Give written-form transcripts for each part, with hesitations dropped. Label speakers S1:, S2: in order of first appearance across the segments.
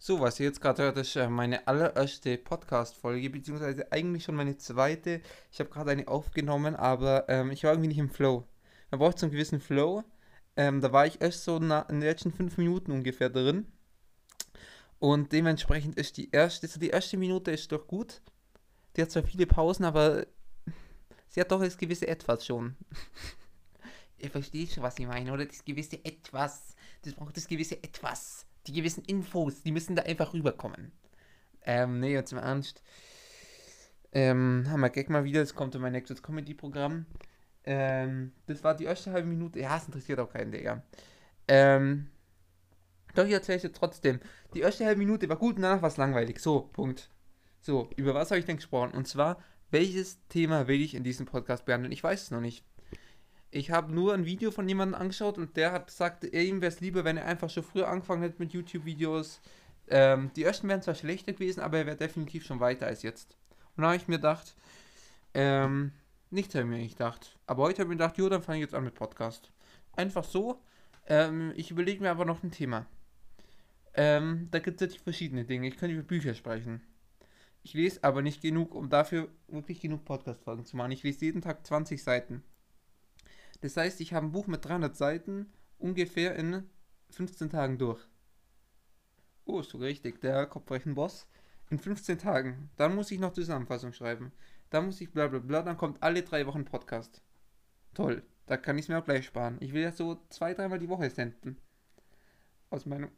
S1: So, was ihr jetzt gerade hört, ist meine allererste Podcast-Folge, beziehungsweise eigentlich schon meine zweite. Ich habe gerade eine aufgenommen, aber ich war irgendwie nicht im Flow. Man braucht so einen gewissen Flow. Da war ich erst so in den letzten 5 Minuten ungefähr drin. Und dementsprechend ist die erste Minute ist doch gut. Die hat zwar viele Pausen, aber sie hat doch das gewisse Etwas schon. Ihr versteht schon, was ich meine, oder? Das gewisse Etwas. Das braucht das gewisse Etwas. Die gewissen Infos, die müssen da einfach rüberkommen. Nee, jetzt im Ernst. Haben wir Gag mal wieder, es kommt in mein nächstes Comedy-Programm. Das war die erste halbe Minute. Ja, es interessiert auch keinen, Digga. Ähm, doch, ich erzähle es jetzt trotzdem. Die erste halbe Minute war gut und danach war es langweilig. So, Punkt. So, über was habe ich denn gesprochen? Und zwar, welches Thema will ich in diesem Podcast behandeln? Ich weiß es noch nicht. Ich habe nur ein Video von jemandem angeschaut und der hat gesagt, ihm wäre es lieber, wenn er einfach schon früher angefangen hätte mit YouTube-Videos. Die ersten wären zwar schlechter gewesen, aber er wäre definitiv schon weiter als jetzt. Und da habe ich mir gedacht, nichts habe ich mir nicht gedacht. Aber heute habe ich mir gedacht, jo, dann fange ich jetzt an mit Podcast. Einfach so. Ich überlege mir aber noch ein Thema. Da gibt es natürlich verschiedene Dinge. Ich könnte über Bücher sprechen. Ich lese aber nicht genug, um dafür wirklich genug Podcast-Folgen zu machen. Ich lese jeden Tag 20 Seiten. Das heißt, ich habe ein Buch mit 300 Seiten ungefähr in 15 Tagen durch. Oh, ist so richtig, der Kopfrechenboss. In 15 Tagen. Dann muss ich noch Zusammenfassung schreiben. Dann muss ich bla bla bla, dann kommt alle 3 Wochen Podcast. Toll, da kann ich es mir auch gleich sparen. Ich will ja so 2, 3 Mal die Woche senden. Aus meinem...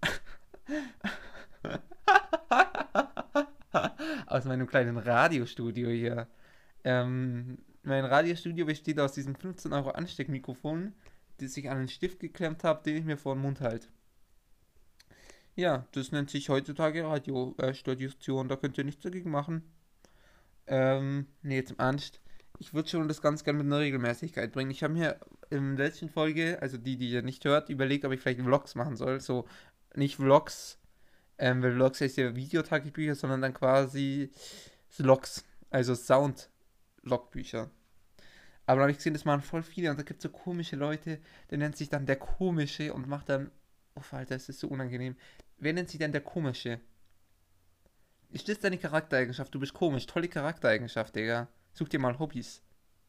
S1: aus meinem kleinen Radiostudio hier. Mein Radiostudio besteht aus diesem 15 Euro Ansteckmikrofon, das ich an einen Stift geklemmt habe, den ich mir vor den Mund halte. Ja, das nennt sich heutzutage Radiostation, da könnt ihr nichts dagegen machen. Nee, zum Ernst. Ich würde schon das ganz gerne mit einer Regelmäßigkeit bringen. Ich habe mir in der letzten Folge, also die ihr nicht hört, überlegt, ob ich vielleicht Vlogs machen soll. So, nicht Vlogs, weil Vlogs heißt ja Videotagebücher, sondern dann quasi Logs, also Sound-Logbücher. Aber dann habe ich gesehen, das machen voll viele und da gibt es so komische Leute, der nennt sich dann der Komische und macht dann. Oh, Alter, das ist so unangenehm. Wer nennt sich denn der Komische? Ist das deine Charaktereigenschaft? Du bist komisch. Tolle Charaktereigenschaft, Digga. Such dir mal Hobbys.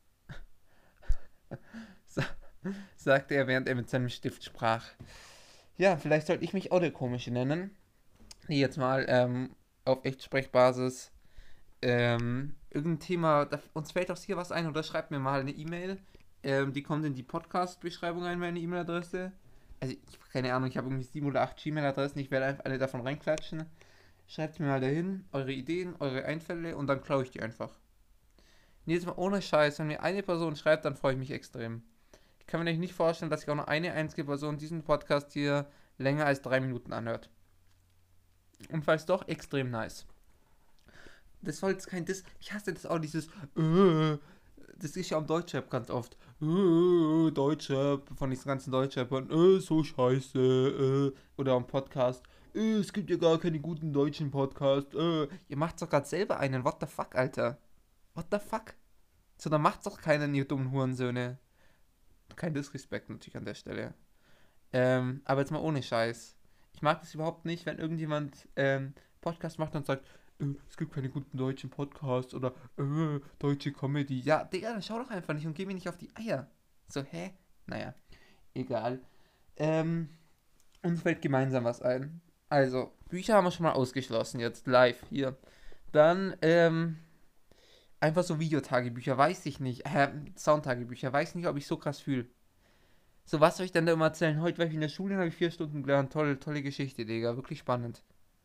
S1: Sa sagte er, während er mit seinem Stift sprach. Ja, vielleicht sollte ich mich auch der Komische nennen. Jetzt mal auf Echtsprechbasis. Irgendein Thema, uns fällt doch hier was ein oder schreibt mir mal eine E-Mail. Die kommt in die Podcast-Beschreibung rein, meine E-Mail-Adresse. Also, ich habe keine Ahnung, ich habe irgendwie 7 oder 8 Gmail-Adressen, ich werde einfach alle davon reinklatschen. Schreibt mir mal dahin eure Ideen, eure Einfälle und dann klaue ich die einfach. Und jetzt mal ohne Scheiß, wenn mir eine Person schreibt, dann freue ich mich extrem. Ich kann mir nämlich nicht vorstellen, dass sich auch nur eine einzige Person diesen Podcast hier länger als 3 Minuten anhört. Und falls doch, extrem nice. Das soll jetzt kein Diss. Ich hasse das auch, dieses. Das ist ja am Deutschrap ganz oft. Deutschrap, von diesen ganzen Deutschrappern. So scheiße. Oder am Podcast. Es gibt ja gar keine guten deutschen Podcasts. Ihr macht doch gerade selber einen. What the fuck, Alter? What the fuck? So, dann macht's doch keinen, ihr dummen Hurensöhne. Kein Disrespekt natürlich an der Stelle. Aber jetzt mal ohne Scheiß. Ich mag das überhaupt nicht, wenn irgendjemand Podcast macht und sagt, es gibt keine guten deutschen Podcasts oder deutsche Comedy. Ja, Digga, dann schau doch einfach nicht und geh mir nicht auf die Eier. So, hä? Naja, egal. Uns fällt gemeinsam was ein. Also, Bücher haben wir schon mal ausgeschlossen, jetzt live hier. Dann, einfach so Videotagebücher, weiß ich nicht. Soundtagebücher, weiß nicht, ob ich so krass fühle. So, was soll ich denn da immer erzählen? Heute war ich in der Schule und habe ich 4 Stunden gelernt. Tolle Geschichte, Digga. Wirklich spannend.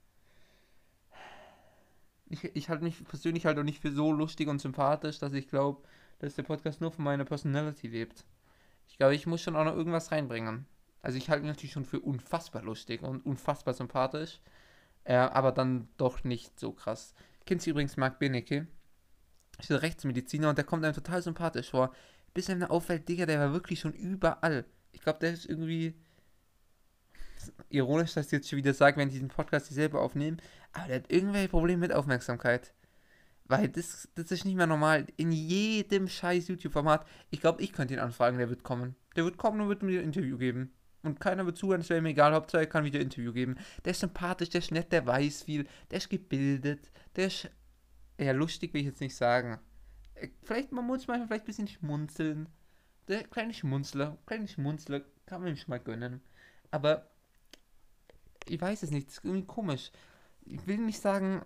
S1: Ich halte mich persönlich halt auch nicht für so lustig und sympathisch, dass ich glaube, dass der Podcast nur von meiner Personality lebt. Ich glaube, ich muss schon auch noch irgendwas reinbringen. Also ich halte mich natürlich schon für unfassbar lustig und unfassbar sympathisch, aber dann doch nicht so krass. Kennst du übrigens Marc Benecke? Ist der Rechtsmediziner und der kommt einem total sympathisch vor. Bis einem auffällt, Digga, der war wirklich schon überall. Ich glaube, der ist irgendwie ironisch, dass ich jetzt schon wieder sage, wenn ich diesen Podcast hier selber aufnehme, aber der hat irgendwelche Probleme mit Aufmerksamkeit. Weil das ist nicht mehr normal. In jedem scheiß YouTube-Format. Ich glaube, ich könnte ihn anfragen, der wird kommen. Der wird kommen und wird mir ein Interview geben. und keiner wird zuhören, es wäre mir egal, Hauptsache er kann wieder ein Interview geben. Der ist sympathisch, der ist nett, der weiß viel, der ist gebildet, der ist, ja, lustig will ich jetzt nicht sagen. Vielleicht, man muss manchmal vielleicht ein bisschen schmunzeln. Der kleine Schmunzler kann man sich mal gönnen. Aber ich weiß es nicht, das ist irgendwie komisch. Ich will nicht sagen,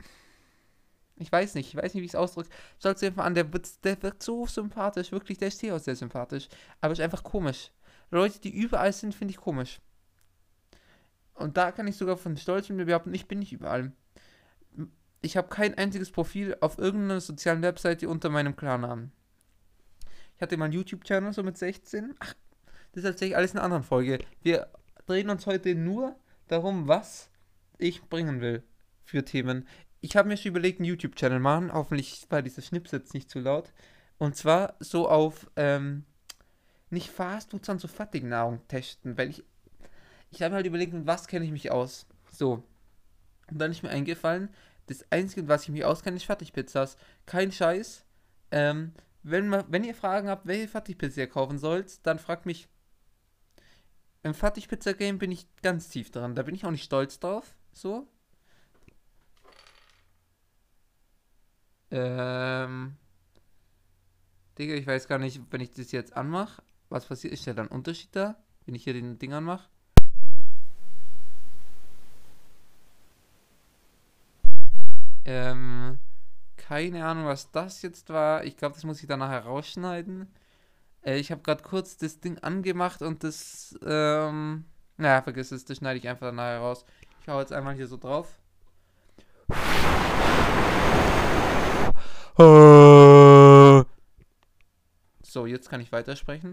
S1: ich weiß nicht, wie ich es ausdrücke. Schaut es einfach an, der wird so sympathisch, wirklich, der ist hier auch sehr sympathisch. Aber ist einfach komisch. Leute, die überall sind, finde ich komisch. Und da kann ich sogar von Stolz mit mir behaupten, ich bin nicht überall. Ich habe kein einziges Profil auf irgendeiner sozialen Webseite unter meinem Klarnamen. Ich hatte mal einen YouTube-Channel so mit 16. Ach, das ist tatsächlich alles in einer anderen Folge. Wir drehen uns heute nur darum, was ich bringen will für Themen. Ich habe mir schon überlegt, einen YouTube-Channel machen. Hoffentlich war dieser Schnips jetzt nicht zu laut. Und zwar so auf, nicht Fastfood, sondern so Fertignahrung testen. Weil ich habe halt überlegt, mit was kenne ich mich aus. So. Und dann ist mir eingefallen, das Einzige, was ich mich auskenne, ist Fertigpizzas. Kein Scheiß. Wenn ihr Fragen habt, welche Fertigpizza ihr kaufen sollt, dann fragt mich. Im Fertigpizza-Game bin ich ganz tief dran. Da bin ich auch nicht stolz drauf. So. Ähm, Digga, ich weiß gar nicht, wenn ich das jetzt anmache, was passiert? Ist ja dann ein Unterschied da, wenn ich hier den Ding anmache? Ähm, Keine Ahnung, was das jetzt war. Ich glaube, das muss ich dann nachher rausschneiden. Ich habe gerade kurz das Ding angemacht und naja, vergiss es, das schneide ich einfach dann nachher raus. Ich hau jetzt einmal hier so drauf. So, jetzt kann ich weitersprechen.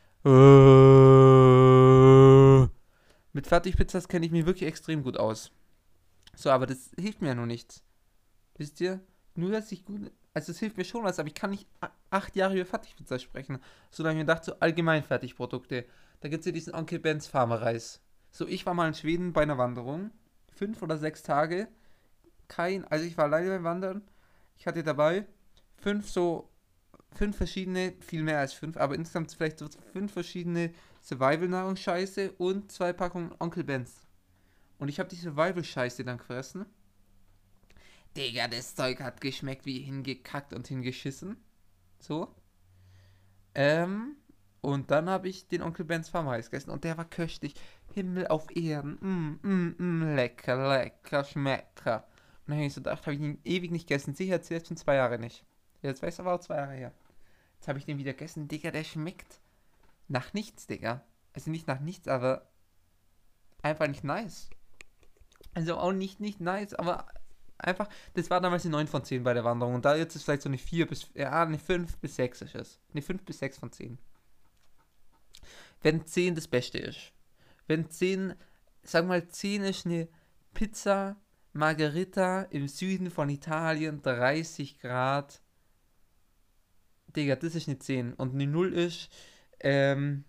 S1: Mit Fertigpizzas kenne ich mich wirklich extrem gut aus. So, aber das hilft mir ja nur nichts. Wisst ihr? Nur, dass ich gut. Also, es hilft mir schon was, aber ich kann nicht 8 Jahre über Fertigpizza sprechen. So, dann habe ich mir gedacht, so allgemein Fertigprodukte. Da gibt es ja diesen Onkel Ben's Farmerreis. So, ich war mal in Schweden bei einer Wanderung. 5 oder 6 Tage. Also ich war alleine beim Wandern. Ich hatte dabei 5 verschiedene, viel mehr als 5, aber insgesamt vielleicht so 5 verschiedene Survival-Nahrungsscheiße und 2 Packungen Onkel Ben's. Und ich habe die Survival-Scheiße dann gefressen. Digga, das Zeug hat geschmeckt wie hingekackt und hingeschissen. So. Ähm, und dann habe ich den Onkel Ben's Farmreis gegessen und der war köstlich. Himmel auf Erden. Lecker, lecker, schmecker. Und dann habe ich so gedacht, habe ich ihn ewig nicht gegessen. Sicher jetzt schon 2 Jahre nicht. Jetzt weiß aber auch 2 Jahre her. Jetzt habe ich den wieder gegessen. Digga, der schmeckt nach nichts, Digga. Also nicht nach nichts, aber einfach nicht nice. Also auch nicht nice, aber einfach, das war damals eine 9 von 10 bei der Wanderung. Und da jetzt ist vielleicht so eine 4 bis, ja, eine 5 bis 6 ist es. Eine 5 bis 6 von 10. Wenn 10 das Beste ist. Wenn 10, sag mal 10 ist eine Pizza Margherita im Süden von Italien, 30 Grad. Digga, das ist eine 10. Und ähm,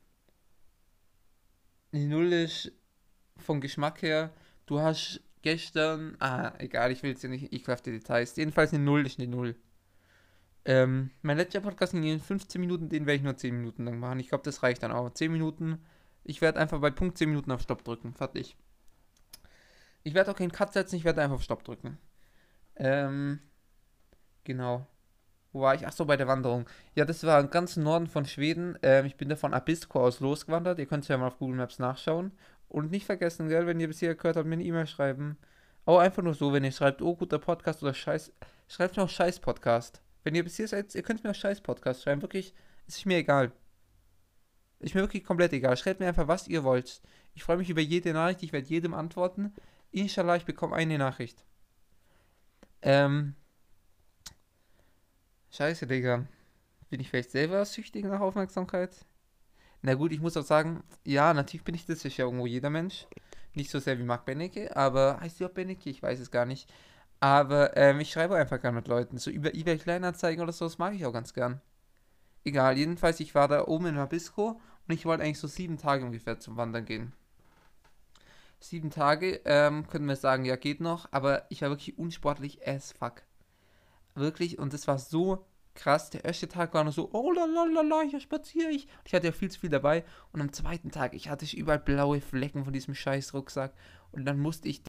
S1: eine 0 ist vom Geschmack her, du hast gestern, egal, ich will jetzt ja nicht ekelhafte Details. Jedenfalls eine 0 ist eine 0. Mein letzter Podcast ging in 15 Minuten, den werde ich nur 10 Minuten lang machen. Ich glaube, das reicht dann auch. 10 Minuten. Ich werde einfach bei Punkt 10 Minuten auf Stopp drücken. Fertig. Ich werde auch keinen Cut setzen, ich werde einfach auf Stopp drücken. Ähm, genau. Wo war ich? Achso, bei der Wanderung. Ja, das war im ganzen Norden von Schweden. Ich bin da von Abisko aus losgewandert. Ihr könnt es ja mal auf Google Maps nachschauen. Und nicht vergessen, gell, wenn ihr bisher gehört habt, mir eine E-Mail schreiben. Auch einfach nur so, wenn ihr schreibt, oh, guter Podcast oder Scheiß. Schreibt mir auch Scheiß-Podcast. Wenn ihr bisher seid, ihr könnt mir auch Scheiß-Podcast schreiben. Wirklich, ist mir egal. Ist mir wirklich komplett egal. Schreibt mir einfach, was ihr wollt. Ich freue mich über jede Nachricht. Ich werde jedem antworten. Inshallah, ich bekomme eine Nachricht. Ähm, Scheiße, Digga. Bin ich vielleicht selber süchtig nach Aufmerksamkeit? Na gut, ich muss auch sagen, ja, natürlich bin ich das, ist ja irgendwo jeder Mensch. Nicht so sehr wie Marc Benecke, aber heißt die auch Benecke? Ich weiß es gar nicht. Aber ich schreibe einfach gern mit Leuten. So über eBay Kleinanzeigen oder so, das mag ich auch ganz gern. Egal, jedenfalls, ich war da oben in Nabisco und ich wollte eigentlich so 7 Tage ungefähr zum Wandern gehen. 7 Tage, können wir sagen, ja, geht noch, aber ich war wirklich unsportlich as fuck. Wirklich, und es war so krass. Der erste Tag war noch so, oh la la la la, hier spaziere ich. Ich hatte ja viel zu viel dabei. Und am zweiten Tag, ich hatte überall blaue Flecken von diesem scheiß Rucksack. Und dann musste ich